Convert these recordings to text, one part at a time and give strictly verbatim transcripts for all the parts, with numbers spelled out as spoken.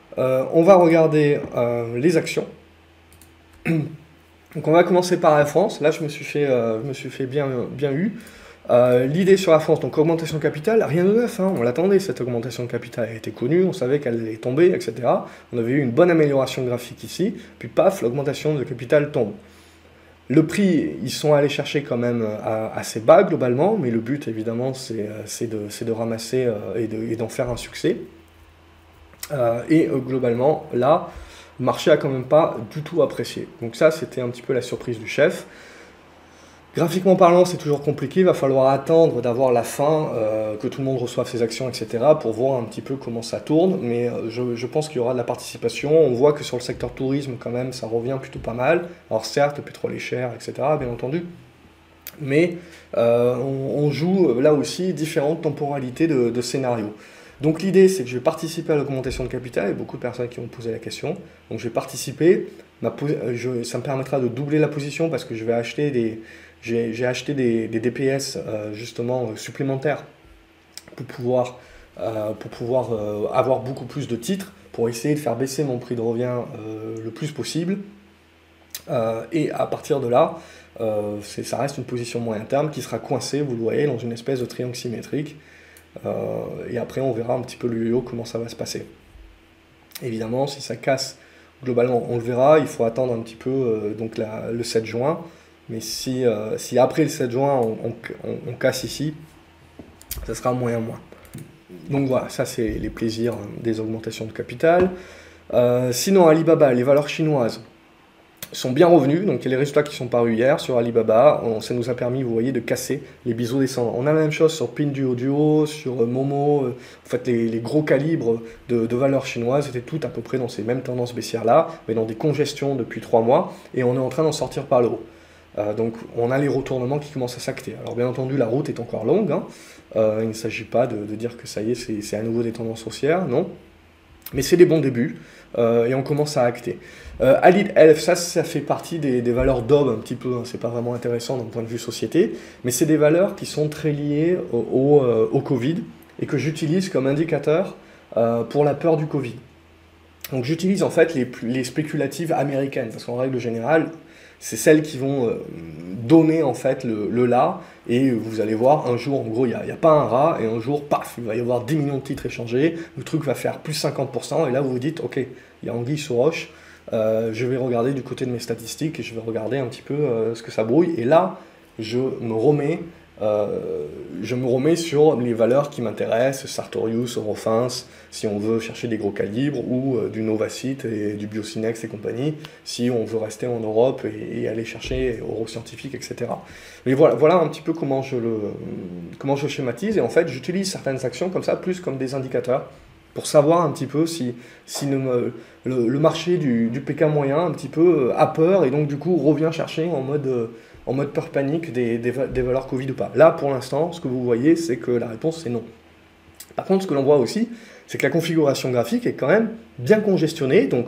Euh, on va regarder euh, les actions. Donc on va commencer par la France. Là, je me suis fait, euh, je me suis fait bien, bien eu. Euh, L'idée sur la France, donc augmentation de capital, rien de neuf, hein, on l'attendait, cette augmentation de capital, elle était connue, on savait qu'elle allait tomber, et cetera. On avait eu une bonne amélioration graphique ici, puis paf, l'augmentation de capital tombe. Le prix, ils sont allés chercher quand même à- assez bas globalement, mais le but évidemment c'est euh, de, c'est de ramasser euh, et de- et d'en faire un succès. Euh, et euh, globalement, là, le marché a quand même pas du tout apprécié. Donc ça, c'était un petit peu la surprise du chef. Graphiquement parlant, c'est toujours compliqué, il va falloir attendre d'avoir la fin, euh, que tout le monde reçoive ses actions, et cetera, pour voir un petit peu comment ça tourne, mais euh, je, je pense qu'il y aura de la participation. On voit que sur le secteur tourisme, quand même, ça revient plutôt pas mal. Alors certes, le pétrole est cher, et cetera, bien entendu, mais euh, on, on joue là aussi différentes temporalités de, de scénarios. Donc l'idée, c'est que je vais participer à l'augmentation de capital, il y a beaucoup de personnes qui ont posé la question, donc je vais participer, ma, je, ça me permettra de doubler la position parce que je vais acheter des, j'ai acheté des, des D P S euh, justement euh, supplémentaires pour pouvoir, euh, pour pouvoir euh, avoir beaucoup plus de titres, pour essayer de faire baisser mon prix de revient euh, le plus possible. Euh, et à partir de là, euh, ça reste une position moyen terme qui sera coincée, vous le voyez, dans une espèce de triangle symétrique. Euh, et après, on verra un petit peu le yo-yo, comment ça va se passer. Évidemment, si ça casse, globalement, on le verra. Il faut attendre un petit peu euh, donc la, le sept juin. Mais si, euh, si après le sept juin, on, on, on casse ici, ça sera moyen moins. Donc voilà, ça c'est les plaisirs des augmentations de capital. Euh, sinon, Alibaba, les valeurs chinoises sont bien revenus, donc il y a les résultats qui sont parus hier sur Alibaba, on, ça nous a permis, vous voyez, de casser les biseaux descendants. On a la même chose sur Pinduoduo, sur Momo, euh, en fait les, les gros calibres de, de valeurs chinoises étaient toutes à peu près dans ces mêmes tendances baissières-là, mais dans des congestions depuis trois mois, et on est en train d'en sortir par le haut. Euh, donc on a les retournements qui commencent à s'acter. Alors bien entendu, la route est encore longue, hein. Euh, il ne s'agit pas de, de dire que ça y est, c'est à nouveau des tendances haussières, non. Mais c'est des bons débuts, euh, et on commence à acter. Euh, Alid Health, ça, ça fait partie des, des valeurs d'O B un petit peu, hein, c'est pas vraiment intéressant d'un point de vue société, mais c'est des valeurs qui sont très liées au, au, euh, au Covid, et que j'utilise comme indicateur euh, pour la peur du Covid. Donc j'utilise en fait les, les spéculatives américaines, parce qu'en règle générale, c'est celles qui vont euh, donner en fait le, le là, et vous allez voir, un jour, en gros, il n'y a, a pas un rat, et un jour, paf, il va y avoir dix millions de titres échangés, le truc va faire plus cinquante pour cent, et là vous vous dites, ok, il y a anguille sous roche, euh, je vais regarder du côté de mes statistiques, et je vais regarder un petit peu euh, ce que ça brouille, et là, je me remets, euh, je me remets sur les valeurs qui m'intéressent, Sartorius, Eurofins, si on veut chercher des gros calibres, ou euh, du Novacite et du Biocinex et compagnie, si on veut rester en Europe et, et aller chercher Euroscientifique, et cetera. Mais voilà, voilà un petit peu comment je, le, comment je schématise, et en fait j'utilise certaines actions comme ça, plus comme des indicateurs, pour savoir un petit peu si, si le, le, le marché du, du P K moyen un petit peu a peur, et donc du coup revient chercher en mode, en mode peur panique des, des, des valeurs Covid ou pas. Là pour l'instant, ce que vous voyez, c'est que la réponse c'est non. Par contre, ce que l'on voit aussi, c'est que la configuration graphique est quand même bien congestionnée, donc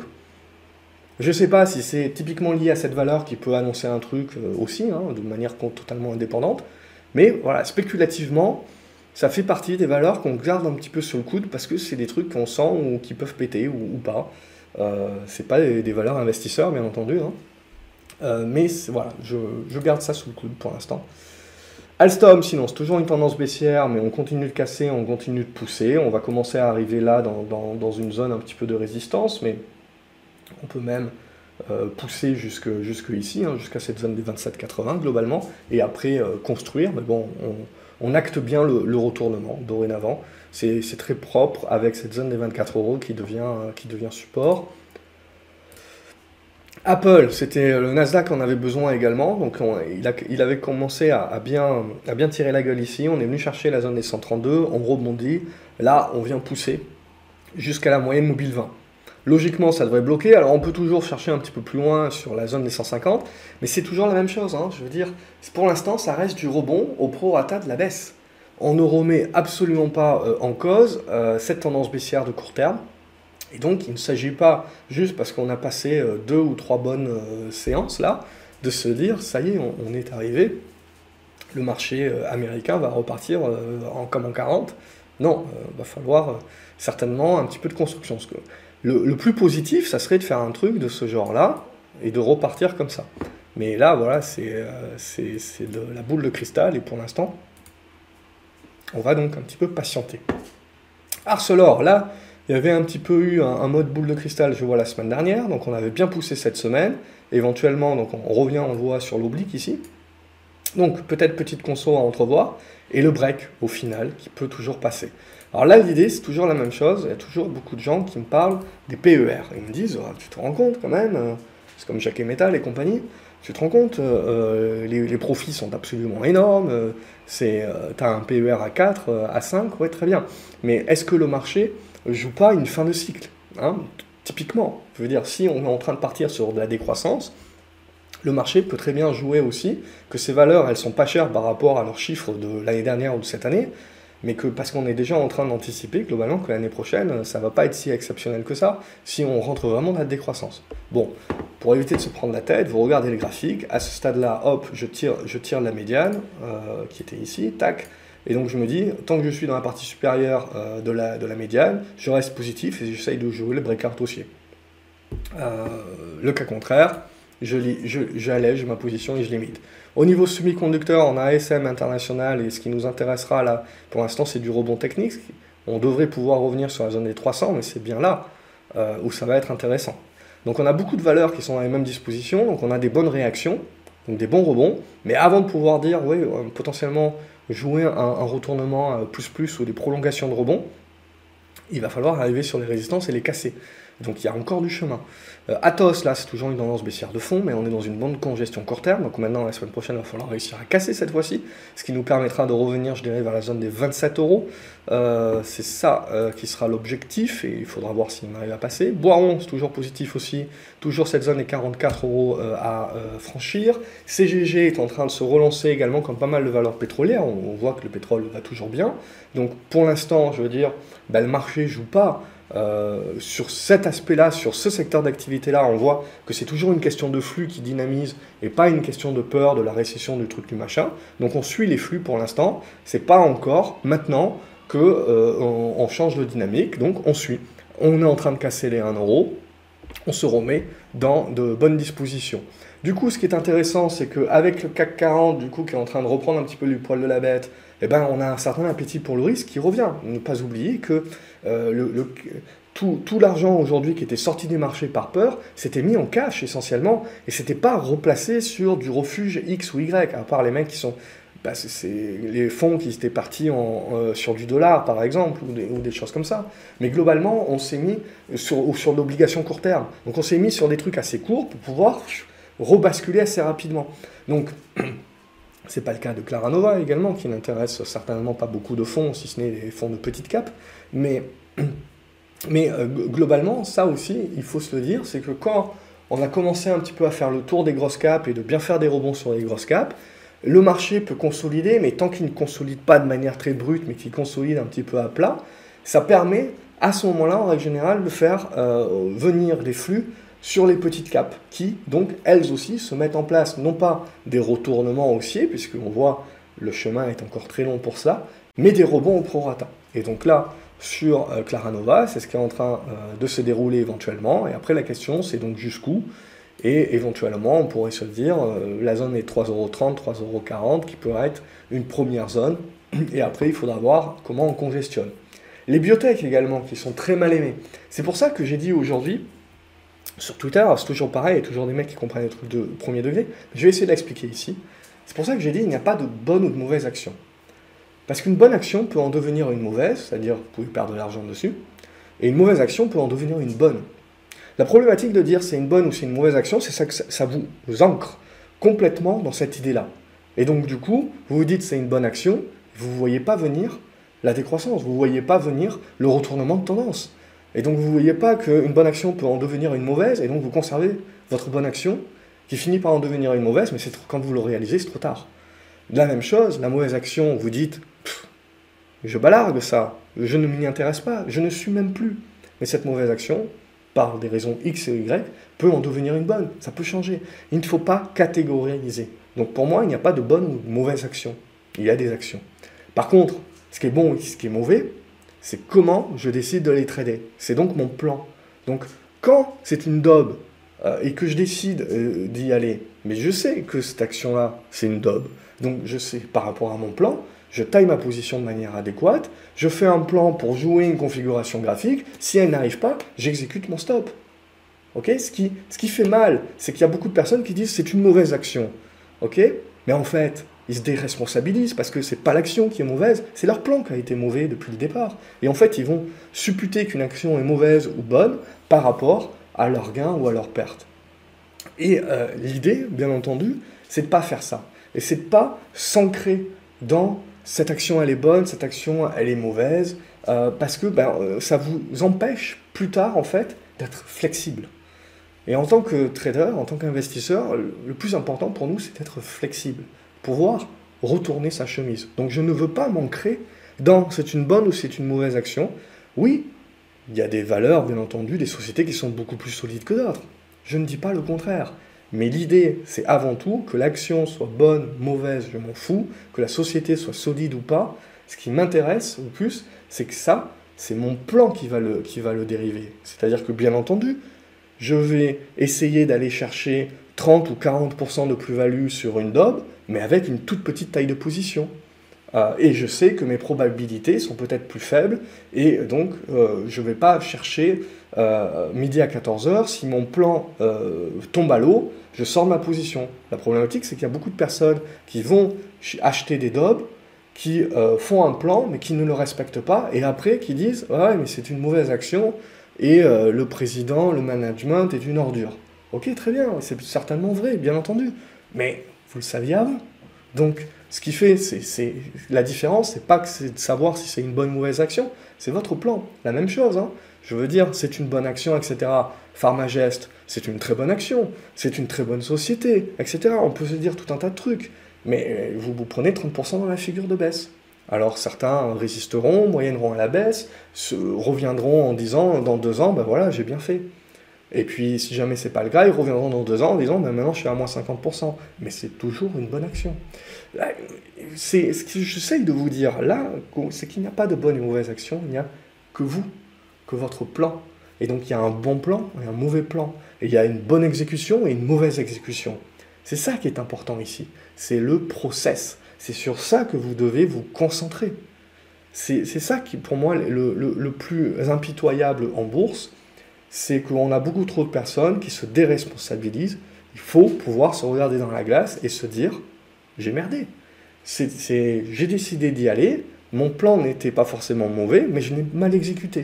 je ne sais pas si c'est typiquement lié à cette valeur qui peut annoncer un truc aussi, hein, de manière totalement indépendante, mais voilà, spéculativement, ça fait partie des valeurs qu'on garde un petit peu sur le coude parce que c'est des trucs qu'on sent ou qui peuvent péter ou, ou pas. Euh, c'est pas des, des valeurs investisseurs, bien entendu, hein. Euh, mais voilà, je, je garde ça sous le coude pour l'instant. Alstom, sinon, c'est toujours une tendance baissière, mais on continue de casser, on continue de pousser. On va commencer à arriver là dans, dans, dans une zone un petit peu de résistance, mais on peut même euh, pousser jusque, jusque ici, hein, jusqu'à cette zone des vingt-sept quatre-vingts globalement, et après euh, construire. Mais bon, on, on acte bien le, le retournement dorénavant. C'est très propre avec cette zone des vingt-quatre euros qui devient, euh, qui devient support. Apple, c'était le Nasdaq en avait besoin également, donc on, il, a, il avait commencé à, à, bien, à bien tirer la gueule ici, on est venu chercher la zone des cent trente-deux, on rebondit, là on vient pousser jusqu'à la moyenne mobile vingt. Logiquement ça devrait bloquer, alors on peut toujours chercher un petit peu plus loin sur la zone des cent cinquante, mais c'est toujours la même chose, hein, je veux dire, pour l'instant ça reste du rebond au prorata de la baisse. On ne remet absolument pas euh, en cause euh, cette tendance baissière de court terme. Et donc, il ne s'agit pas, juste parce qu'on a passé euh, deux ou trois bonnes euh, séances là, de se dire, ça y est, on, on est arrivé, le marché euh, américain va repartir euh, en, comme en quarante. Non, il euh, va falloir, certainement un petit peu de construction. Parce que le, le plus positif, ça serait de faire un truc de ce genre-là et de repartir comme ça. Mais là, voilà, c'est euh, c'est de la boule de cristal, et pour l'instant, on va donc un petit peu patienter. Arcelor, là, il y avait un petit peu eu un, un mode boule de cristal, je vois, la semaine dernière, donc on avait bien poussé cette semaine. Éventuellement, donc on revient, on le voit sur l'oblique ici. Donc peut-être petite conso à entrevoir, et le break au final qui peut toujours passer. Alors là l'idée c'est toujours la même chose, il y a toujours beaucoup de gens qui me parlent des P E R. Ils me disent, oh, tu te rends compte quand même, euh, c'est comme Jacques et Metal et compagnie, tu te rends compte, euh, les, les profits sont absolument énormes, euh, euh, tu as un P E R à quatre, euh, à cinq, ouais très bien. Mais est-ce que le marché joue pas une fin de cycle, hein? Typiquement, je veux dire, si on est en train de partir sur de la décroissance, le marché peut très bien jouer aussi que ces valeurs, elles sont pas chères par rapport à leurs chiffres de l'année dernière ou de cette année, mais que parce qu'on est déjà en train d'anticiper globalement que l'année prochaine, ça va pas être si exceptionnel que ça, si on rentre vraiment dans la décroissance. Bon, pour éviter de se prendre la tête, vous regardez les graphiques, à ce stade-là, hop, je tire, je tire la médiane, euh, qui était ici, tac, et donc je me dis, tant que je suis dans la partie supérieure euh, de, la, de la médiane, je reste positif et j'essaye de jouer le breakout haussier. Euh, le cas contraire, j'allège je, ma position et je limite. Au niveau semi-conducteur, on a A S M international, et ce qui nous intéressera là, pour l'instant, c'est du rebond technique. On devrait pouvoir revenir sur la zone des trois cents, mais c'est bien là euh, où ça va être intéressant. Donc on a beaucoup de valeurs qui sont dans les mêmes dispositions, donc on a des bonnes réactions, donc des bons rebonds, mais avant de pouvoir dire, oui, euh, potentiellement jouer un, un retournement euh, plus plus ou des prolongations de rebond, il va falloir arriver sur les résistances et les casser. Donc il y a encore du chemin. Euh, Atos, là, c'est toujours une tendance baissière de fond, mais on est dans une bonne congestion court terme. Donc maintenant, la semaine prochaine, il va falloir réussir à casser cette fois-ci, ce qui nous permettra de revenir, je dirais, vers la zone des vingt-sept euros. Euh, c'est ça euh, qui sera l'objectif, et il faudra voir si on arrive à passer. Boiron, c'est toujours positif aussi. Toujours cette zone des quarante-quatre euros euh, à euh, franchir. C G G est en train de se relancer également, comme pas mal de valeurs pétrolières. On, on voit que le pétrole va toujours bien. Donc pour l'instant, je veux dire, ben, le marché ne joue pas. Euh, sur cet aspect-là, sur ce secteur d'activité-là, on voit que c'est toujours une question de flux qui dynamise et pas une question de peur de la récession du truc du machin. Donc on suit les flux pour l'instant. C'est pas encore maintenant que euh, on, on change de dynamique. Donc on suit. On est en train de casser les un euro. On se remet dans de bonnes dispositions. Du coup, ce qui est intéressant, c'est qu'avec le C A C quarante, du coup, qui est en train de reprendre un petit peu du poil de la bête, eh ben, on a un certain appétit pour le risque qui revient. Ne pas oublier que euh, le, le, tout, tout l'argent aujourd'hui qui était sorti des marchés par peur, s'était mis en cash essentiellement, et s'était pas replacé sur du refuge X ou Y, à part les mecs qui sont... Bah, c'est les fonds qui étaient partis en, euh, sur du dollar, par exemple, ou des, ou des choses comme ça. Mais globalement, on s'est mis sur, sur l'obligation court terme. Donc on s'est mis sur des trucs assez courts pour pouvoir rebasculer assez rapidement. Donc... C'est pas le cas de Claranova également, qui n'intéresse certainement pas beaucoup de fonds, si ce n'est les fonds de petite cap. Mais, mais euh, globalement, ça aussi, il faut se le dire, c'est que quand on a commencé un petit peu à faire le tour des grosses caps et de bien faire des rebonds sur les grosses caps, le marché peut consolider, mais tant qu'il ne consolide pas de manière très brute, mais qu'il consolide un petit peu à plat, ça permet à ce moment-là, en règle générale, de faire euh, venir les flux sur les petites capes, qui, donc, elles aussi, se mettent en place, non pas des retournements haussiers, puisqu'on voit le chemin est encore très long pour cela, mais des rebonds au prorata. Et donc là, sur euh, Claranova, c'est ce qui est en train euh, de se dérouler éventuellement, et après la question, c'est donc jusqu'où, et éventuellement, on pourrait se dire, euh, la zone est trois euros trente, trois euros quarante, qui peut être une première zone, et après, il faudra voir comment on congestionne. Les biotech également, qui sont très mal aimés. C'est pour ça que j'ai dit aujourd'hui, sur Twitter, c'est toujours pareil, il y a toujours des mecs qui comprennent les trucs de premier degré. Je vais essayer de l'expliquer ici. C'est pour ça que j'ai dit qu'il n'y a pas de bonne ou de mauvaise action. Parce qu'une bonne action peut en devenir une mauvaise, c'est-à-dire vous pouvez perdre de l'argent dessus, et une mauvaise action peut en devenir une bonne. La problématique de dire c'est une bonne ou c'est une mauvaise action, c'est ça que ça, ça vous, vous ancre complètement dans cette idée-là. Et donc du coup, vous vous dites c'est une bonne action, vous ne voyez pas venir la décroissance, vous ne voyez pas venir le retournement de tendance. Et donc vous ne voyez pas qu'une bonne action peut en devenir une mauvaise, et donc vous conservez votre bonne action, qui finit par en devenir une mauvaise, mais c'est quand vous le réalisez, c'est trop tard. La même chose, la mauvaise action, vous dites, je balargue ça, je ne m'y intéresse pas, je ne suis même plus. Mais cette mauvaise action, par des raisons X et Y, peut en devenir une bonne, ça peut changer. Il ne faut pas catégoriser. Donc pour moi, il n'y a pas de bonne ou de mauvaise action. Il y a des actions. Par contre, ce qui est bon et ce qui est mauvais, c'est comment je décide de les trader. C'est donc mon plan. Donc, quand c'est une daube euh, et que je décide euh, d'y aller, mais je sais que cette action-là, c'est une daube. Donc, je sais, par rapport à mon plan, je taille ma position de manière adéquate, je fais un plan pour jouer une configuration graphique. Si elle n'arrive pas, j'exécute mon stop. Okay, ce, qui, ce qui fait mal, c'est qu'il y a beaucoup de personnes qui disent c'est une mauvaise action. Okay, mais en fait, ils se déresponsabilisent parce que c'est pas l'action qui est mauvaise, c'est leur plan qui a été mauvais depuis le départ. Et en fait, ils vont supputer qu'une action est mauvaise ou bonne par rapport à leur gain ou à leur perte. Et euh, l'idée, bien entendu, c'est de ne pas faire ça. Et c'est de ne pas s'ancrer dans cette action elle est bonne, cette action elle est mauvaise, euh, parce que ben, ça vous empêche plus tard en fait d'être flexible. Et en tant que trader, en tant qu'investisseur, le plus important pour nous c'est d'être flexible, pouvoir retourner sa chemise. Donc je ne veux pas m'ancrer dans c'est une bonne ou c'est une mauvaise action. Oui, il y a des valeurs bien entendu, des sociétés qui sont beaucoup plus solides que d'autres. Je ne dis pas le contraire. Mais l'idée, c'est avant tout que l'action soit bonne, mauvaise, je m'en fous, que la société soit solide ou pas. Ce qui m'intéresse le plus, c'est que ça, c'est mon plan qui va le, qui va le dériver. C'est-à-dire que, bien entendu, je vais essayer d'aller chercher trente ou quarante pour cent de plus-value sur une daube, mais avec une toute petite taille de position. Euh, et je sais que mes probabilités sont peut-être plus faibles, et donc euh, je ne vais pas chercher euh, midi à quatorze heures, si mon plan euh, tombe à l'eau, je sors de ma position. La problématique, c'est qu'il y a beaucoup de personnes qui vont acheter des daubes, qui euh, font un plan, mais qui ne le respectent pas, et après qui disent « ouais, mais c'est une mauvaise action, et euh, le président, le management est une ordure ». Ok, très bien, c'est certainement vrai, bien entendu, mais vous le saviez avant. Donc, ce qui fait, c'est, c'est la différence, c'est pas que c'est de savoir si c'est une bonne ou mauvaise action, c'est votre plan. La même chose, hein. Je veux dire, c'est une bonne action, et cetera. Pharmagest, c'est une très bonne action, c'est une très bonne société, et cetera. On peut se dire tout un tas de trucs, mais vous vous prenez trente pour cent dans la figure de baisse. Alors certains résisteront, moyenneront à la baisse, se reviendront en disant dans deux ans, ben voilà, j'ai bien fait. Et puis, si jamais c'est pas le cas, ils reviendront dans deux ans en disant ben maintenant je suis à moins cinquante pour cent. Mais c'est toujours une bonne action. C'est, ce que j'essaye de vous dire là, c'est qu'il n'y a pas de bonne et mauvaise action, il n'y a que vous, que votre plan. Et donc il y a un bon plan et un mauvais plan. Et il y a une bonne exécution et une mauvaise exécution. C'est ça qui est important ici. C'est le process. C'est sur ça que vous devez vous concentrer. C'est, c'est ça qui, pour moi, le, le, le plus impitoyable en bourse, c'est qu'on a beaucoup trop de personnes qui se déresponsabilisent. Il faut pouvoir se regarder dans la glace et se dire « j'ai merdé ». C'est, c'est, j'ai décidé d'y aller, mon plan n'était pas forcément mauvais, mais je l'ai mal exécuté.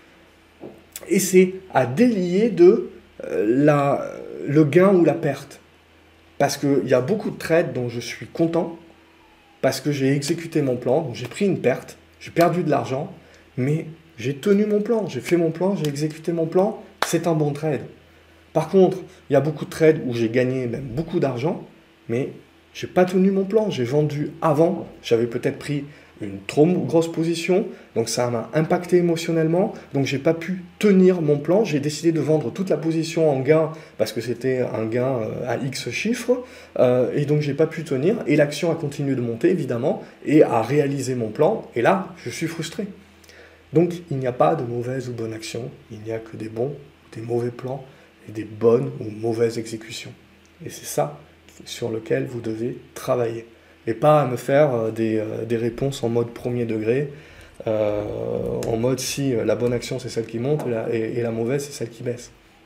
Et c'est à délier de euh, la, le gain ou la perte. Parce qu'il y a beaucoup de trades dont je suis content, parce que j'ai exécuté mon plan, donc j'ai pris une perte, j'ai perdu de l'argent, mais j'ai tenu mon plan, j'ai fait mon plan, j'ai exécuté mon plan, c'est un bon trade. Par contre, il y a beaucoup de trades où j'ai gagné même beaucoup d'argent, mais j'ai pas tenu mon plan, j'ai vendu avant, j'avais peut-être pris une trop grosse position, donc ça m'a impacté émotionnellement, donc j'ai pas pu tenir mon plan, j'ai décidé de vendre toute la position en gain, parce que c'était un gain à X chiffres, euh, et donc j'ai pas pu tenir, et l'action a continué de monter évidemment, et a réalisé mon plan, et là, je suis frustré. Donc il n'y a pas de mauvaise ou bonne action, il n'y a que des bons ou des mauvais plans, et des bonnes ou mauvaises exécutions. Et c'est ça sur lequel vous devez travailler. Et pas à me faire euh, des, euh, des réponses en mode premier degré, euh, en mode si euh, la bonne action c'est celle qui monte et la, et, et la mauvaise c'est celle qui baisse.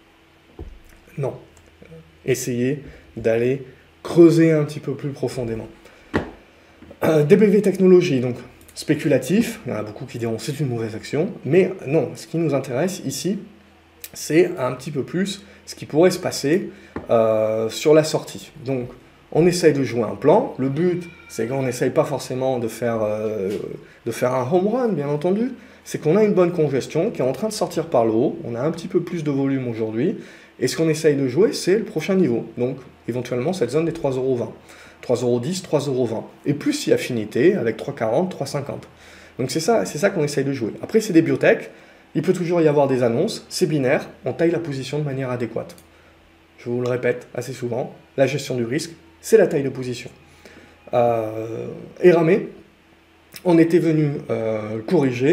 Non. Essayez d'aller creuser un petit peu plus profondément. Euh, D B V Technologies, donc spéculatif, il y en a beaucoup qui diront c'est une mauvaise action, mais non, ce qui nous intéresse ici, c'est un petit peu plus ce qui pourrait se passer euh, sur la sortie. Donc, on essaye de jouer un plan. Le but, c'est qu'on n'essaye pas forcément de faire, euh, de faire un home run, bien entendu. C'est qu'on a une bonne congestion qui est en train de sortir par le haut. On a un petit peu plus de volume aujourd'hui. Et ce qu'on essaye de jouer, c'est le prochain niveau. Donc, éventuellement, cette zone des trois euros vingt. trois euros dix, trois euros vingt. Et plus si affinité, avec trois quarante, trois cinquante. Donc, c'est ça, c'est ça qu'on essaye de jouer. Après, c'est des biotech. Il peut toujours y avoir des annonces. C'est binaire. On taille la position de manière adéquate. Je vous le répète assez souvent. La gestion du risque, c'est la taille de position. Euh, Eramé, on était venu euh, corriger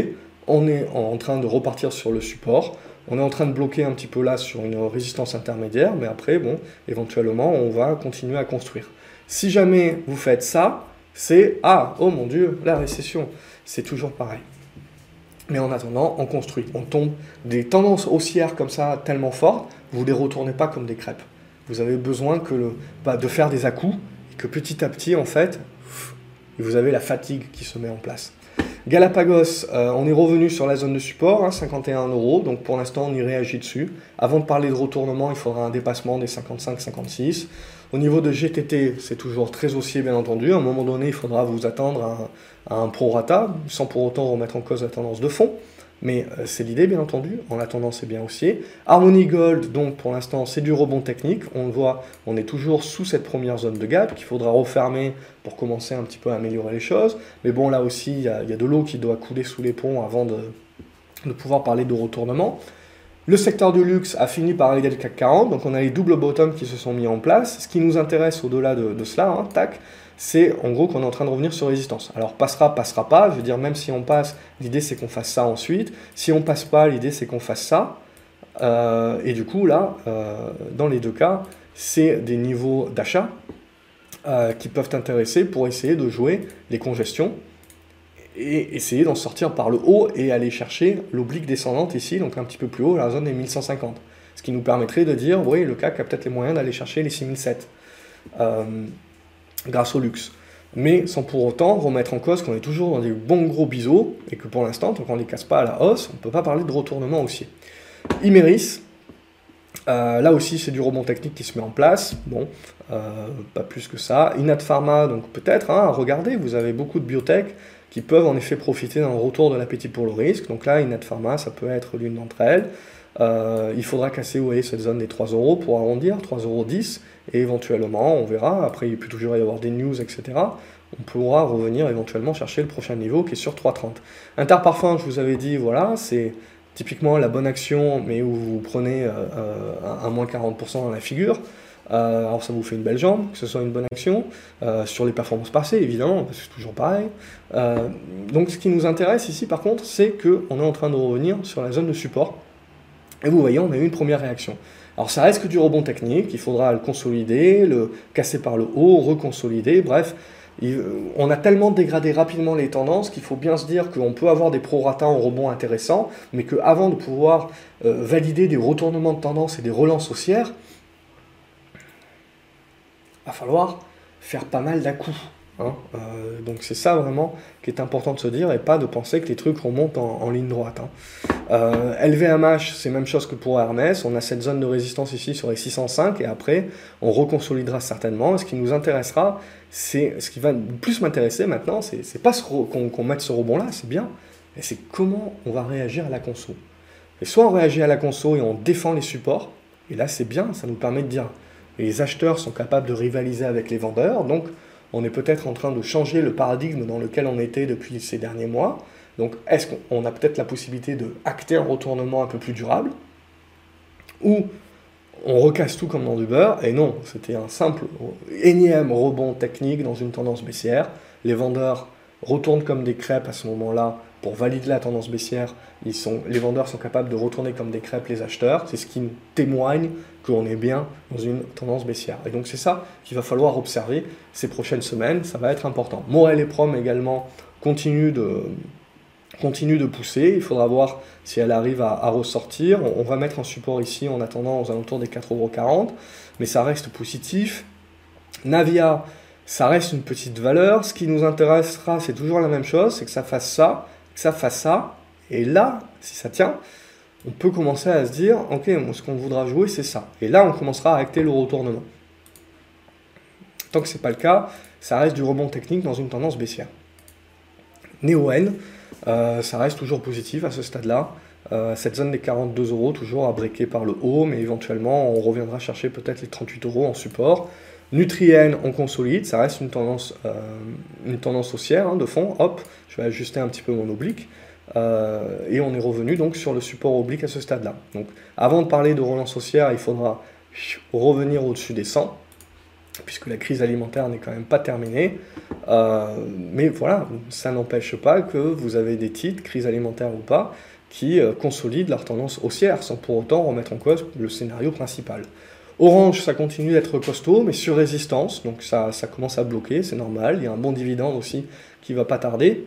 On est en train de repartir sur le support. On est en train de bloquer un petit peu là sur une résistance intermédiaire, mais après, bon, éventuellement, on va continuer à construire. Si jamais vous faites ça, c'est « Ah, oh mon Dieu, la récession !» C'est toujours pareil. Mais en attendant, on construit. On tombe des tendances haussières comme ça, tellement fortes, vous ne les retournez pas comme des crêpes. Vous avez besoin que le, bah, de faire des à-coups, et que petit à petit, en fait, vous avez la fatigue qui se met en place. Galapagos, euh, on est revenu sur la zone de support, hein, cinquante et un euros, donc pour l'instant on y réagit dessus. Avant de parler de retournement, il faudra un dépassement des cinquante-cinq cinquante-six. Au niveau de G T T, c'est toujours très haussier bien entendu. À un moment donné, il faudra vous attendre à un, à un prorata, sans pour autant remettre en cause la tendance de fond. Mais euh, c'est l'idée bien entendu, en attendant c'est bien haussier. Harmony Gold, donc pour l'instant c'est du rebond technique. On le voit, on est toujours sous cette première zone de gap qu'il faudra refermer pour commencer un petit peu à améliorer les choses. Mais bon, là aussi, il y a, il y a de l'eau qui doit couler sous les ponts avant de, de pouvoir parler de retournement. Le secteur du luxe a fini par aider le C A C quarante, donc on a les doubles bottoms qui se sont mis en place. Ce qui nous intéresse au-delà de, de cela, hein, tac, c'est en gros qu'on est en train de revenir sur résistance. Alors passera, passera pas, je veux dire même si on passe, l'idée c'est qu'on fasse ça ensuite. Si on passe pas, l'idée c'est qu'on fasse ça. Euh, et du coup là, euh, dans les deux cas, c'est des niveaux d'achat euh, qui peuvent intéresser pour essayer de jouer les congestions et essayer d'en sortir par le haut et aller chercher l'oblique descendante ici, donc un petit peu plus haut, la zone des mille cent cinquante. Ce qui nous permettrait de dire, oui, le C A C a peut-être les moyens d'aller chercher les six mille sept euh, grâce au luxe. Mais sans pour autant remettre en cause qu'on est toujours dans des bons gros biseaux et que pour l'instant, tant qu'on ne les casse pas à la hausse, on ne peut pas parler de retournement haussier. Imerys, euh, là aussi c'est du rebond technique qui se met en place, bon, euh, pas plus que ça. Inat Pharma, donc peut-être, hein, regardez, vous avez beaucoup de biotech qui peuvent en effet profiter d'un retour de l'appétit pour le risque. Donc là, Inat Pharma, ça peut être l'une d'entre elles. Euh, il faudra casser, vous voyez, cette zone des trois euros pour arrondir, trois euros dix, et éventuellement, on verra, après il peut toujours y avoir des news, et cetera. On pourra revenir éventuellement chercher le prochain niveau qui est sur trois trente. Interparfum, je vous avais dit, voilà, c'est typiquement la bonne action, mais où vous prenez euh, un, un moins quarante pour cent dans la figure. Euh, alors ça vous fait une belle jambe, que ce soit une bonne action, euh, sur les performances passées évidemment, parce que c'est toujours pareil. Euh, donc ce qui nous intéresse ici par contre, c'est qu'on est en train de revenir sur la zone de support, et vous voyez, on a eu une première réaction. Alors ça reste que du rebond technique, il faudra le consolider, le casser par le haut, reconsolider, bref, il, on a tellement dégradé rapidement les tendances qu'il faut bien se dire qu'on peut avoir des prorata en rebond intéressants, mais qu'avant de pouvoir euh, valider des retournements de tendance et des relances haussières, va falloir faire pas mal d'à-coups. Hein. Euh, donc c'est ça vraiment qui est important de se dire et pas de penser que les trucs remontent en, en ligne droite. Hein. Euh, L V M H, c'est même chose que pour Hermès. On a cette zone de résistance ici sur les six cent cinq et après on reconsolidera certainement. Et ce qui nous intéressera, c'est ce qui va le plus m'intéresser maintenant, c'est pas qu'on qu'on mette ce rebond là, c'est bien, mais c'est comment on va réagir à la conso. Et soit on réagit à la conso et on défend les supports, et là c'est bien, ça nous permet de dire les acheteurs sont capables de rivaliser avec les vendeurs, donc on est peut-être en train de changer le paradigme dans lequel on était depuis ces derniers mois. Donc est-ce qu'on a peut-être la possibilité de acter un retournement un peu plus durable, ou on recasse tout comme dans du beurre, et non, c'était un simple énième rebond technique dans une tendance baissière. Les vendeurs retournent comme des crêpes à ce moment-là pour valider la tendance baissière. Ils sont, les vendeurs sont capables de retourner comme des crêpes les acheteurs. C'est ce qui nous témoigne qu'on est bien dans une tendance baissière. Et donc c'est ça qu'il va falloir observer ces prochaines semaines. Ça va être important. Morel et Prom également continuent de, continuent de pousser. Il faudra voir si elle arrive à, à ressortir. On, on va mettre un support ici en attendant aux alentours des quatre euros quarante. Mais ça reste positif. Navia, ça reste une petite valeur. Ce qui nous intéressera, c'est toujours la même chose, c'est que ça fasse ça, que ça fasse ça. Et là, si ça tient, on peut commencer à se dire, ok, ce qu'on voudra jouer, c'est ça. Et là, on commencera à acter le retournement. Tant que ce n'est pas le cas, ça reste du rebond technique dans une tendance baissière. Neoen, euh, ça reste toujours positif à ce stade-là. Euh, cette zone des quarante-deux euros, toujours à breaker par le haut, mais éventuellement, on reviendra chercher peut-être les trente-huit euros en support. Nutrien, on consolide, ça reste une tendance, euh, une tendance haussière hein, de fond. Hop, je vais ajuster un petit peu mon oblique. Euh, et on est revenu donc sur le support oblique à ce stade-là. Donc, avant de parler de relance haussière, il faudra revenir au-dessus des cent. puisque la crise alimentaire n'est quand même pas terminée. Euh, mais voilà, ça n'empêche pas que vous avez des titres, crise alimentaire ou pas, qui euh, consolident leur tendance haussière, sans pour autant remettre en cause le scénario principal. Orange, ça continue d'être costaud, mais sur résistance, donc ça, ça commence à bloquer, c'est normal. Il y a un bon dividende aussi qui va pas tarder.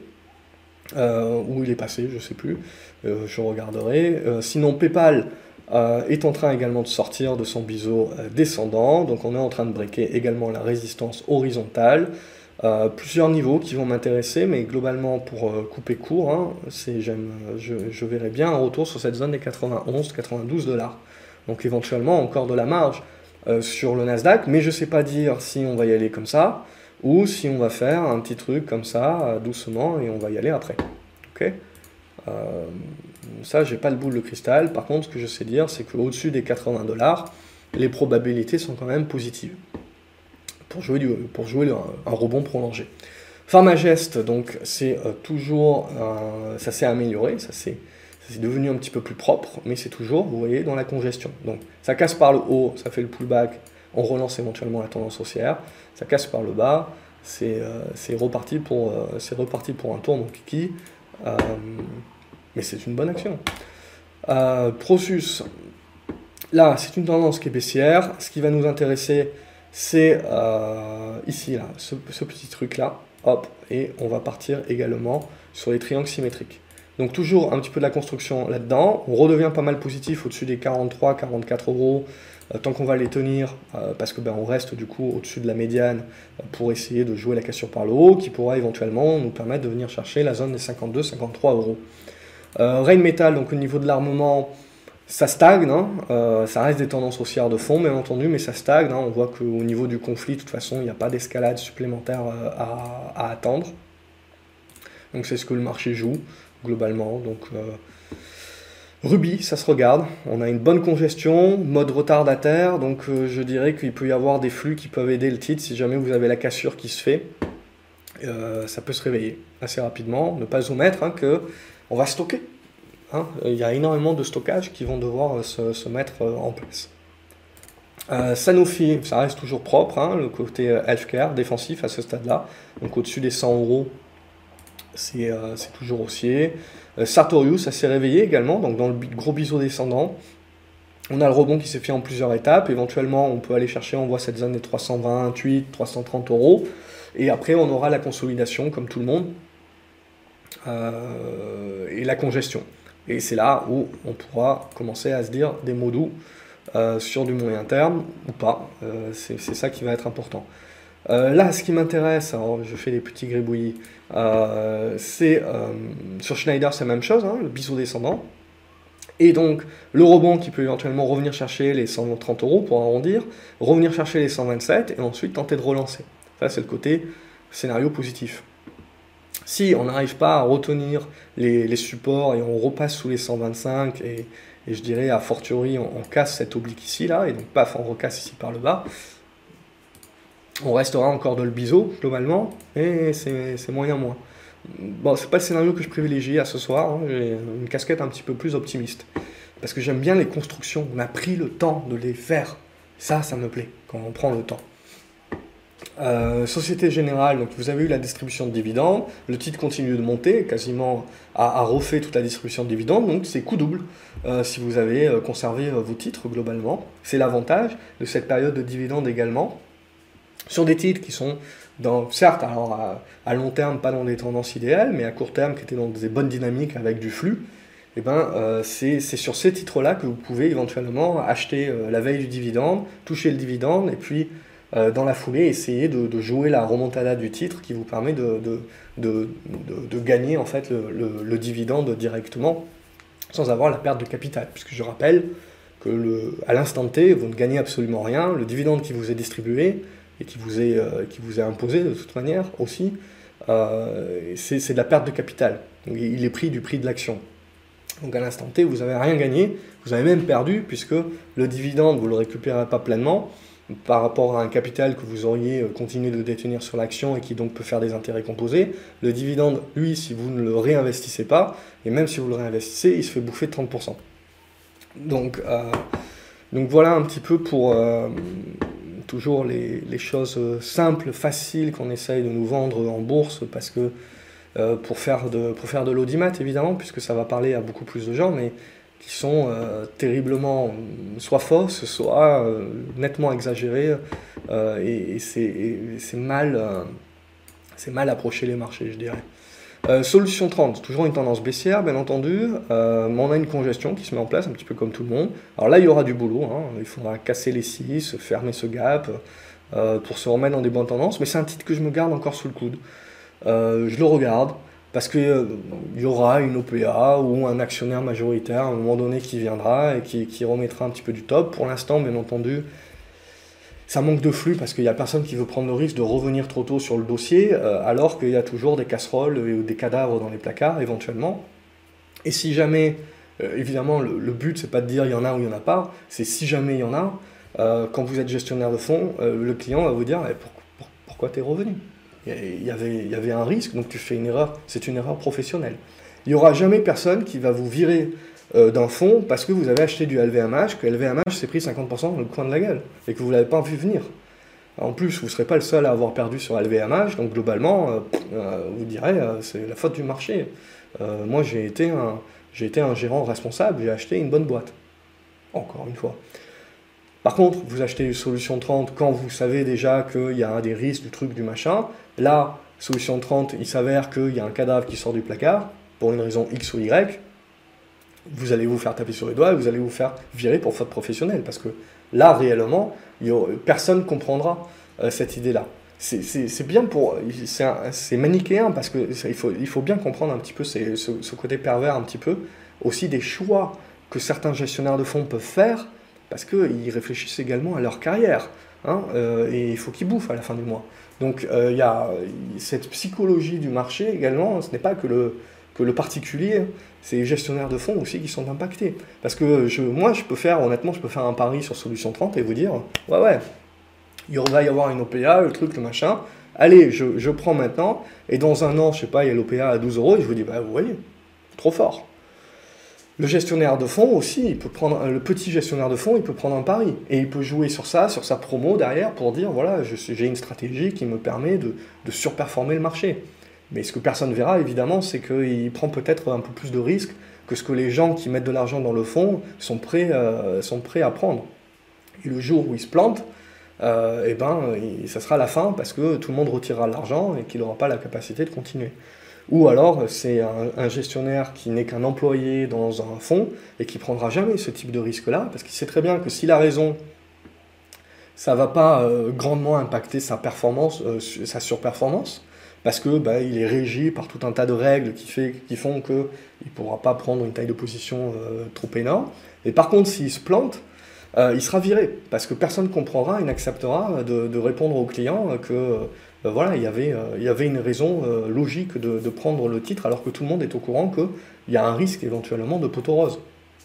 Euh, où il est passé, je sais plus, euh, je regarderai. Euh, sinon, PayPal euh, est en train également de sortir de son biseau euh, descendant, donc on est en train de breaker également la résistance horizontale. Euh, plusieurs niveaux qui vont m'intéresser, mais globalement, pour euh, couper court, hein, j'aime, je, je verrai bien un retour sur cette zone des quatre-vingt-onze quatre-vingt-douze dollars. Donc éventuellement, encore de la marge euh, sur le Nasdaq, mais je ne sais pas dire si on va y aller comme ça, ou si on va faire un petit truc comme ça, euh, doucement, et on va y aller après. Ok, euh, ça, j'ai pas le boule de cristal. Par contre, ce que je sais dire, c'est qu'au-dessus des quatre-vingts dollars, les probabilités sont quand même positives pour jouer, du, pour jouer le, un rebond prolongé. Pharmagest, donc, c'est euh, toujours, euh, ça s'est amélioré, ça s'est c'est devenu un petit peu plus propre, mais c'est toujours, vous voyez, dans la congestion. Donc, ça casse par le haut, ça fait le pullback, on relance éventuellement la tendance haussière, ça casse par le bas, c'est euh, reparti, pour, euh, reparti pour un tour, donc qui, euh, mais c'est une bonne action. Euh, Prosus, là, c'est une tendance qui est baissière, ce qui va nous intéresser, c'est euh, ici, là, ce, ce petit truc-là, hop, et on va partir également sur les triangles symétriques. Donc toujours un petit peu de la construction là-dedans, on redevient pas mal positif au-dessus des quarante-trois quarante-quatre euros, euh, tant qu'on va les tenir, euh, parce que ben, on reste du coup au-dessus de la médiane euh, pour essayer de jouer la cassure par le haut, qui pourra éventuellement nous permettre de venir chercher la zone des cinquante-deux cinquante-trois euros. Euh, Rheinmetall, donc au niveau de l'armement, ça stagne, hein, euh, ça reste des tendances haussières de fond, bien entendu, mais ça stagne, hein, on voit qu'au niveau du conflit, de toute façon, il n'y a pas d'escalade supplémentaire euh, à, à attendre. Donc c'est ce que le marché joue globalement. Donc euh, Ruby, ça se regarde, on a une bonne congestion, mode retardataire, donc euh, je dirais qu'il peut y avoir des flux qui peuvent aider le titre si jamais vous avez la cassure qui se fait. Euh, ça peut se réveiller assez rapidement, ne pas omettre hein, que on va stocker. Hein. Il y a énormément de stockages qui vont devoir se, se mettre en place. Euh, Sanofi, ça reste toujours propre, hein, le côté healthcare défensif à ce stade-là, donc au-dessus des cent euros. C'est euh, toujours haussier. Euh, Sartorius, ça s'est réveillé également, donc dans le gros biseau descendant. On a le rebond qui s'est fait en plusieurs étapes. Éventuellement, on peut aller chercher, on voit cette zone des trois cent vingt-huit, trois cent trente euros. Et après, on aura la consolidation, comme tout le monde, euh, et la congestion. Et c'est là où on pourra commencer à se dire des mots doux euh, sur du moyen terme ou pas. Euh, c'est ça qui va être important. Euh, là, ce qui m'intéresse, alors je fais des petits gribouillis, euh, c'est euh, sur Schneider, c'est la même chose, hein, le biseau descendant. Et donc, le rebond qui peut éventuellement revenir chercher les cent trente euros pour arrondir, revenir chercher les cent vingt-sept et ensuite tenter de relancer. Ça, c'est le côté scénario positif. Si on n'arrive pas à retenir les, les supports et on repasse sous les cent vingt-cinq et, et je dirais à fortiori, on, on casse cette oblique ici, là, et donc paf, on recasse ici par le bas. On restera encore dans le biseau, globalement, et c'est moyen moins. Bon, c'est pas le scénario que je privilégie à ce soir, hein. J'ai une casquette un petit peu plus optimiste. Parce que j'aime bien les constructions, on a pris le temps de les faire. Ça, ça me plaît, quand on prend le temps. Euh, Société Générale, donc vous avez eu la distribution de dividendes, le titre continue de monter, quasiment a, a refait toute la distribution de dividendes, donc c'est coup double euh, si vous avez euh, conservé euh, vos titres globalement. C'est l'avantage de cette période de dividendes également. Sur des titres qui sont, dans, certes, alors à, à long terme, pas dans des tendances idéales, mais à court terme, qui étaient dans des bonnes dynamiques avec du flux, et ben, euh, c'est sur ces titres-là que vous pouvez éventuellement acheter euh, la veille du dividende, toucher le dividende, et puis euh, dans la foulée, essayer de, de jouer la remontada du titre qui vous permet de, de, de, de, de gagner en fait, le, le, le dividende directement sans avoir la perte de capital. Puisque je rappelle que le, à l'instant T, vous ne gagnez absolument rien, le dividende qui vous est distribué, et qui vous est, euh, qui vous est imposé de toute manière aussi, euh, c'est de la perte de capital. Donc, il est pris du prix de l'action. Donc à l'instant T, vous n'avez rien gagné, vous avez même perdu, puisque le dividende, vous ne le récupérez pas pleinement, par rapport à un capital que vous auriez continué de détenir sur l'action et qui donc peut faire des intérêts composés. Le dividende, lui, si vous ne le réinvestissez pas, et même si vous le réinvestissez, il se fait bouffer de trente pour cent. Donc, euh, donc voilà un petit peu pour... Euh, toujours les, les choses simples, faciles qu'on essaye de nous vendre en bourse parce que euh, pour faire de, pour faire de l'audimat évidemment, puisque ça va parler à beaucoup plus de gens, mais qui sont euh, terriblement soit fausses, soit euh, nettement exagérées, euh, et, et c'est mal, euh, c'est mal approcher les marchés, je dirais. Euh, solution trente, toujours une tendance baissière, bien entendu. Euh, on a une congestion qui se met en place, un petit peu comme tout le monde. Alors là, il y aura du boulot. Hein. Il faudra casser les six, fermer ce gap euh, pour se remettre dans des bonnes tendances. Mais c'est un titre que je me garde encore sous le coude. Euh, je le regarde parce qu'il euh, y aura une O P A ou un actionnaire majoritaire à un moment donné qui viendra et qui, qui remettra un petit peu du top. Pour l'instant, bien entendu, ça manque de flux parce qu'il n'y a personne qui veut prendre le risque de revenir trop tôt sur le dossier, euh, alors qu'il y a toujours des casseroles ou des cadavres dans les placards, éventuellement. Et si jamais, euh, évidemment, le, le but, c'est pas de dire il y en a ou il n'y en a pas, c'est si jamais il y en a, euh, quand vous êtes gestionnaire de fonds, euh, le client va vous dire eh, pour, pour, pourquoi tu es revenu? Il y, avait, il y avait un risque, donc tu fais une erreur, c'est une erreur professionnelle. Il n'y aura jamais personne qui va vous virer Euh, d'un fonds parce que vous avez acheté du L V M H, que L V M H s'est pris cinquante pour cent dans le coin de la gueule et que vous ne l'avez pas vu venir. En plus, vous ne serez pas le seul à avoir perdu sur L V M H, donc globalement, euh, euh, vous direz euh, c'est la faute du marché. Euh, moi, j'ai été, un, j'ai été un gérant responsable, j'ai acheté une bonne boîte. Encore une fois. Par contre, vous achetez une solution trente quand vous savez déjà qu'il y a des risques, du truc, du machin. Là, solution trente, il s'avère qu'il y a un cadavre qui sort du placard pour une raison X ou Y. Vous allez vous faire taper sur les doigts et vous allez vous faire virer pour faute professionnelle. Parce que là, réellement, il y aura, personne ne comprendra euh, cette idée-là. C'est bien pour... C'est manichéen parce que ça, il, faut, il faut bien comprendre un petit peu ce, ce côté pervers, un petit peu, aussi des choix que certains gestionnaires de fonds peuvent faire parce qu'ils réfléchissent également à leur carrière. Hein, euh, et il faut qu'ils bouffent à la fin du mois. Donc euh, il y a cette psychologie du marché également, ce n'est pas que le... que le particulier, c'est les gestionnaires de fonds aussi qui sont impactés. Parce que je, moi, je peux faire, honnêtement, je peux faire un pari sur Solution trente et vous dire, ouais, ouais, il va y avoir une O P A, le truc, le machin, allez, je, je prends maintenant, et dans un an, je sais pas, il y a l'O P A à douze euros, et je vous dis, bah, vous voyez, trop fort. Le gestionnaire de fonds aussi, il peut prendre, le petit gestionnaire de fonds, il peut prendre un pari, et il peut jouer sur ça, sur sa promo derrière, pour dire, voilà, j'ai une stratégie qui me permet de, de surperformer le marché. Mais ce que personne verra, évidemment, c'est qu'il prend peut-être un peu plus de risques que ce que les gens qui mettent de l'argent dans le fonds sont prêts, euh, sont prêts à prendre. Et le jour où il se plante, euh, eh ben, il, ça sera la fin parce que tout le monde retirera l'argent et qu'il n'aura pas la capacité de continuer. Ou alors, c'est un, un gestionnaire qui n'est qu'un employé dans un fonds et qui ne prendra jamais ce type de risque-là parce qu'il sait très bien que s'il a raison, ça ne va pas euh, grandement impacter sa performance, euh, sa surperformance. Parce que bah, il est régi par tout un tas de règles qui, fait, qui font qu'il ne pourra pas prendre une taille de position euh, trop énorme. Et par contre, s'il se plante, euh, il sera viré, parce que personne ne comprendra et n'acceptera de, de répondre au client que euh, voilà, il y avait, euh, il y avait une raison euh, logique de, de prendre le titre, alors que tout le monde est au courant qu'il y a un risque éventuellement de poteau rose.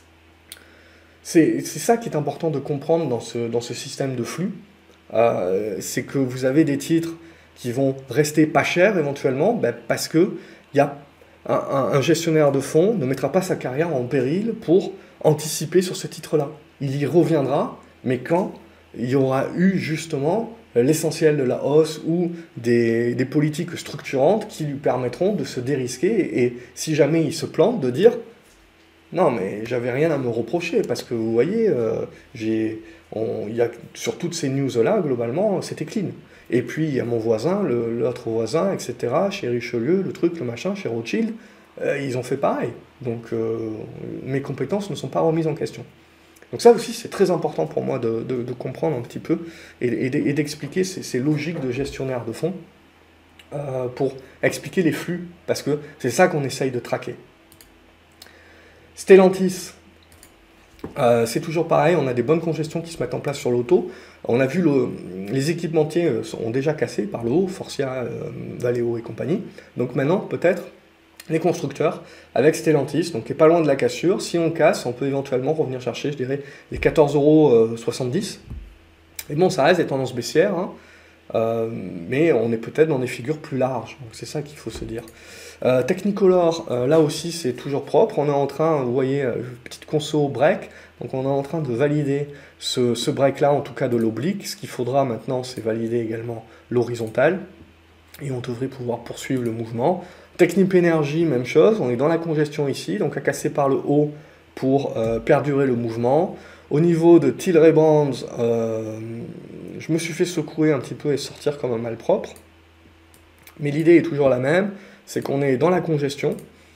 C'est ça qui est important de comprendre dans ce, dans ce système de flux, euh, c'est que vous avez des titres qui vont rester pas chers éventuellement, ben parce que y a un, un, un gestionnaire de fonds ne mettra pas sa carrière en péril pour anticiper sur ce titre-là. Il y reviendra, mais quand il y aura eu justement l'essentiel de la hausse ou des, des politiques structurantes qui lui permettront de se dérisquer et, et si jamais il se plante, de dire « Non, mais j'avais rien à me reprocher parce que vous voyez, euh, j'ai, on, y a, sur toutes ces news-là, globalement, c'était clean. » Et puis, il y a mon voisin, l'autre voisin, et cetera, chez Richelieu, le truc, le machin, chez Rothschild, euh, ils ont fait pareil. Donc, euh, mes compétences ne sont pas remises en question. Donc ça aussi, c'est très important pour moi de, de, de comprendre un petit peu et, et d'expliquer ces, ces logiques de gestionnaire de fonds euh, pour expliquer les flux, parce que c'est ça qu'on essaye de traquer. Stellantis, Euh, c'est toujours pareil, on a des bonnes congestions qui se mettent en place sur l'auto. On a vu le, les équipementiers euh, sont déjà cassés par le haut, Forcia, euh, Valeo et compagnie. Donc maintenant, peut-être, les constructeurs, avec Stellantis, donc qui est pas loin de la cassure, si on casse, on peut éventuellement revenir chercher, je dirais, les quatorze euros soixante-dix. Et bon, ça reste des tendances baissières, hein, euh, mais on est peut-être dans des figures plus larges. Donc c'est ça qu'il faut se dire. Euh, Technicolor, euh, là aussi c'est toujours propre, on est en train, vous voyez, euh, petite conso break, Donc on est en train de valider ce, ce break-là, en tout cas de l'oblique. Ce qu'il faudra maintenant, c'est valider également l'horizontale. Et on devrait pouvoir poursuivre le mouvement. Technip Energy, même chose, on est dans la congestion ici, donc à casser par le haut pour euh, perdurer le mouvement. Au niveau de Tilray Brands, euh, je me suis fait secouer un petit peu et sortir comme un malpropre. Mais l'idée est toujours la même, c'est qu'on est dans la congestion.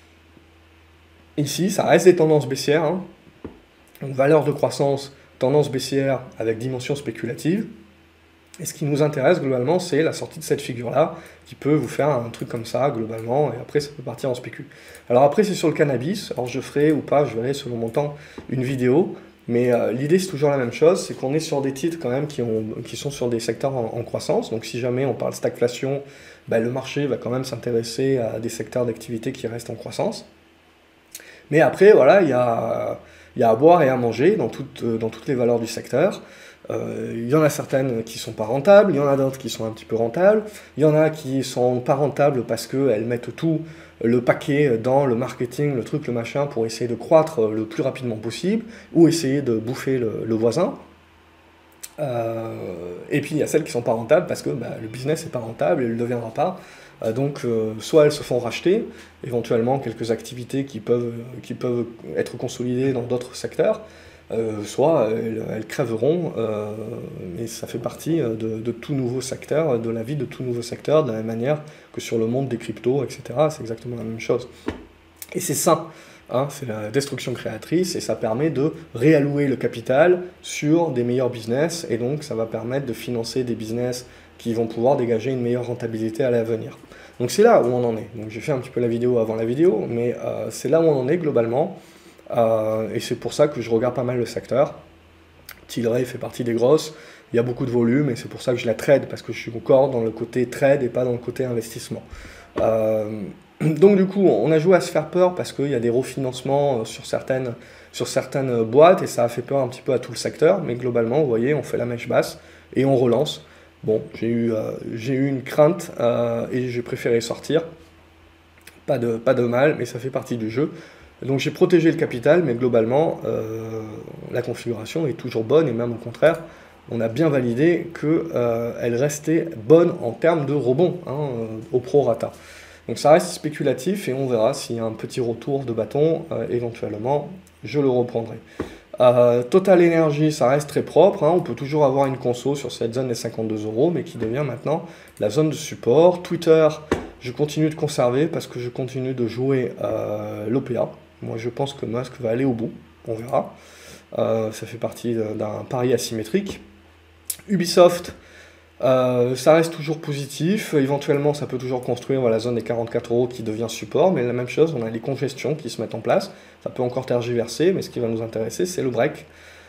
Ici, ça reste des tendances baissières. Hein. Donc valeur de croissance, tendance baissière avec dimension spéculative. Et ce qui nous intéresse globalement, c'est la sortie de cette figure-là, qui peut vous faire un truc comme ça, globalement, et après ça peut partir en spécu. Alors après c'est sur le cannabis, alors je ferai ou pas, je verrai selon mon temps, une vidéo, mais euh, l'idée c'est toujours la même chose, c'est qu'on est sur des titres quand même qui, ont, qui sont sur des secteurs en, en croissance, donc si jamais on parle stagflation, ben, le marché va quand même s'intéresser à des secteurs d'activité qui restent en croissance. Mais après, voilà, il y a, y a à boire et à manger dans, toutes, dans toutes les valeurs du secteur. Euh, il y en a certaines qui sont pas rentables, il y en a d'autres qui sont un petit peu rentables, il y en a qui sont pas rentables parce qu'elles mettent tout le paquet dans le marketing, le truc, le machin, pour essayer de croître le plus rapidement possible, ou essayer de bouffer le, le voisin. Euh, et puis il y a celles qui sont pas rentables parce que bah, le business n'est pas rentable et il ne le deviendra pas. Euh, donc euh, soit elles se font racheter, éventuellement quelques activités qui peuvent, qui peuvent être consolidées dans d'autres secteurs, Euh, soit elles, elles crèveront, euh, mais ça fait partie de, de tout nouveau secteur, de la vie de tout nouveau secteur, de la même manière que sur le monde des cryptos, et cetera. C'est exactement la même chose. Et c'est ça, hein, c'est la destruction créatrice, et ça permet de réallouer le capital sur des meilleurs business, et donc ça va permettre de financer des business qui vont pouvoir dégager une meilleure rentabilité à l'avenir. Donc c'est là où on en est. Donc j'ai fait un petit peu la vidéo avant la vidéo, mais euh, c'est là où on en est globalement. Euh, et c'est pour ça que je regarde pas mal le secteur. Tilray fait partie des grosses, il y a beaucoup de volume et c'est pour ça que je la trade, parce que je suis encore dans le côté trade et pas dans le côté investissement. Euh, donc du coup, on a joué à se faire peur parce qu'il y a des refinancements sur certaines, sur certaines boîtes et ça a fait peur un petit peu à tout le secteur, mais globalement, vous voyez, on fait la mèche basse et on relance. Bon, j'ai eu, euh, j'ai eu une crainte euh, et j'ai préféré sortir. Pas de, pas de mal, mais ça fait partie du jeu. Donc j'ai protégé le capital, mais globalement, euh, la configuration est toujours bonne, et même au contraire, on a bien validé qu'elle euh, restait bonne en termes de rebond, hein, euh, au prorata. Donc ça reste spéculatif, et on verra s'il y a un petit retour de bâton, euh, éventuellement, je le reprendrai. Euh, Total Energy, ça reste très propre, hein, on peut toujours avoir une conso sur cette zone des cinquante-deux euros, mais qui devient maintenant la zone de support. Twitter, je continue de conserver, parce que je continue de jouer euh, l'O P A. Moi, je pense que Musk va aller au bout, on verra. Euh, ça fait partie d'un pari asymétrique. Ubisoft, euh, ça reste toujours positif. Éventuellement, ça peut toujours construire voilà, la zone des quarante-quatre euros qui devient support. Mais la même chose, on a les congestions qui se mettent en place. Ça peut encore tergiverser, mais ce qui va nous intéresser, c'est le break.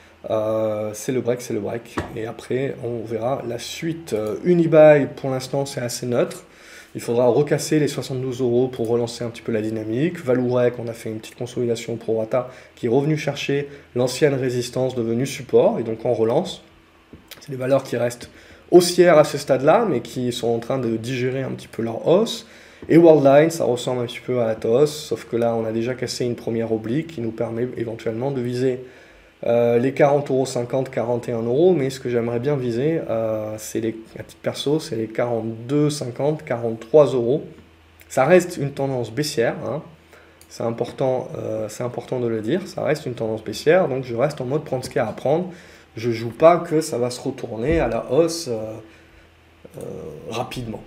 Euh, c'est le break, c'est le break. Et après, on verra la suite. Euh, Unibail, pour l'instant, c'est assez neutre. Il faudra recasser les soixante-douze euros pour relancer un petit peu la dynamique. Valourec, on a fait une petite consolidation pro rata qui est revenu chercher l'ancienne résistance devenue support, et donc on relance. C'est des valeurs qui restent haussières à ce stade-là, mais qui sont en train de digérer un petit peu leur hausse. Et Worldline, ça ressemble un petit peu à Atos, sauf que là, on a déjà cassé une première oblique qui nous permet éventuellement de viser Euh, les quarante euros cinquante, quarante et un euros, mais ce que j'aimerais bien viser, euh, c'est les, à titre perso, c'est les quarante-deux, cinquante, quarante-trois euros. Ça reste une tendance baissière, hein. C'est important, euh, c'est important de le dire, ça reste une tendance baissière, donc je reste en mode prendre ce qu'il y a à prendre. Je joue pas que ça va se retourner à la hausse euh, euh, rapidement.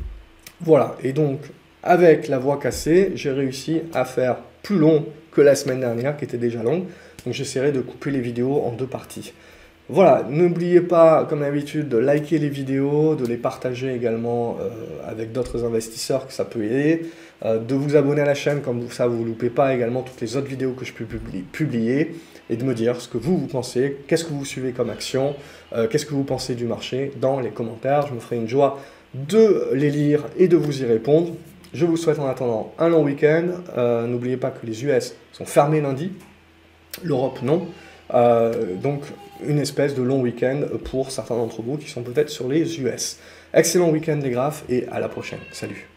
Voilà, et donc, avec la voie cassée, j'ai réussi à faire plus long que la semaine dernière, qui était déjà longue. Donc j'essaierai de couper les vidéos en deux parties. Voilà, n'oubliez pas, comme d'habitude, de liker les vidéos, de les partager également euh, avec d'autres investisseurs, que ça peut aider, euh, de vous abonner à la chaîne, comme ça vous ne loupez pas également toutes les autres vidéos que je peux publier, et de me dire ce que vous, vous pensez, qu'est-ce que vous suivez comme action, euh, qu'est-ce que vous pensez du marché dans les commentaires. Je me ferai une joie de les lire et de vous y répondre. Je vous souhaite en attendant un long week-end. Euh, n'oubliez pas que les U S sont fermés lundi. L'Europe non, euh, donc une espèce de long week-end pour certains d'entre vous qui sont peut-être sur les U S. Excellent week-end les graphes et à la prochaine, salut.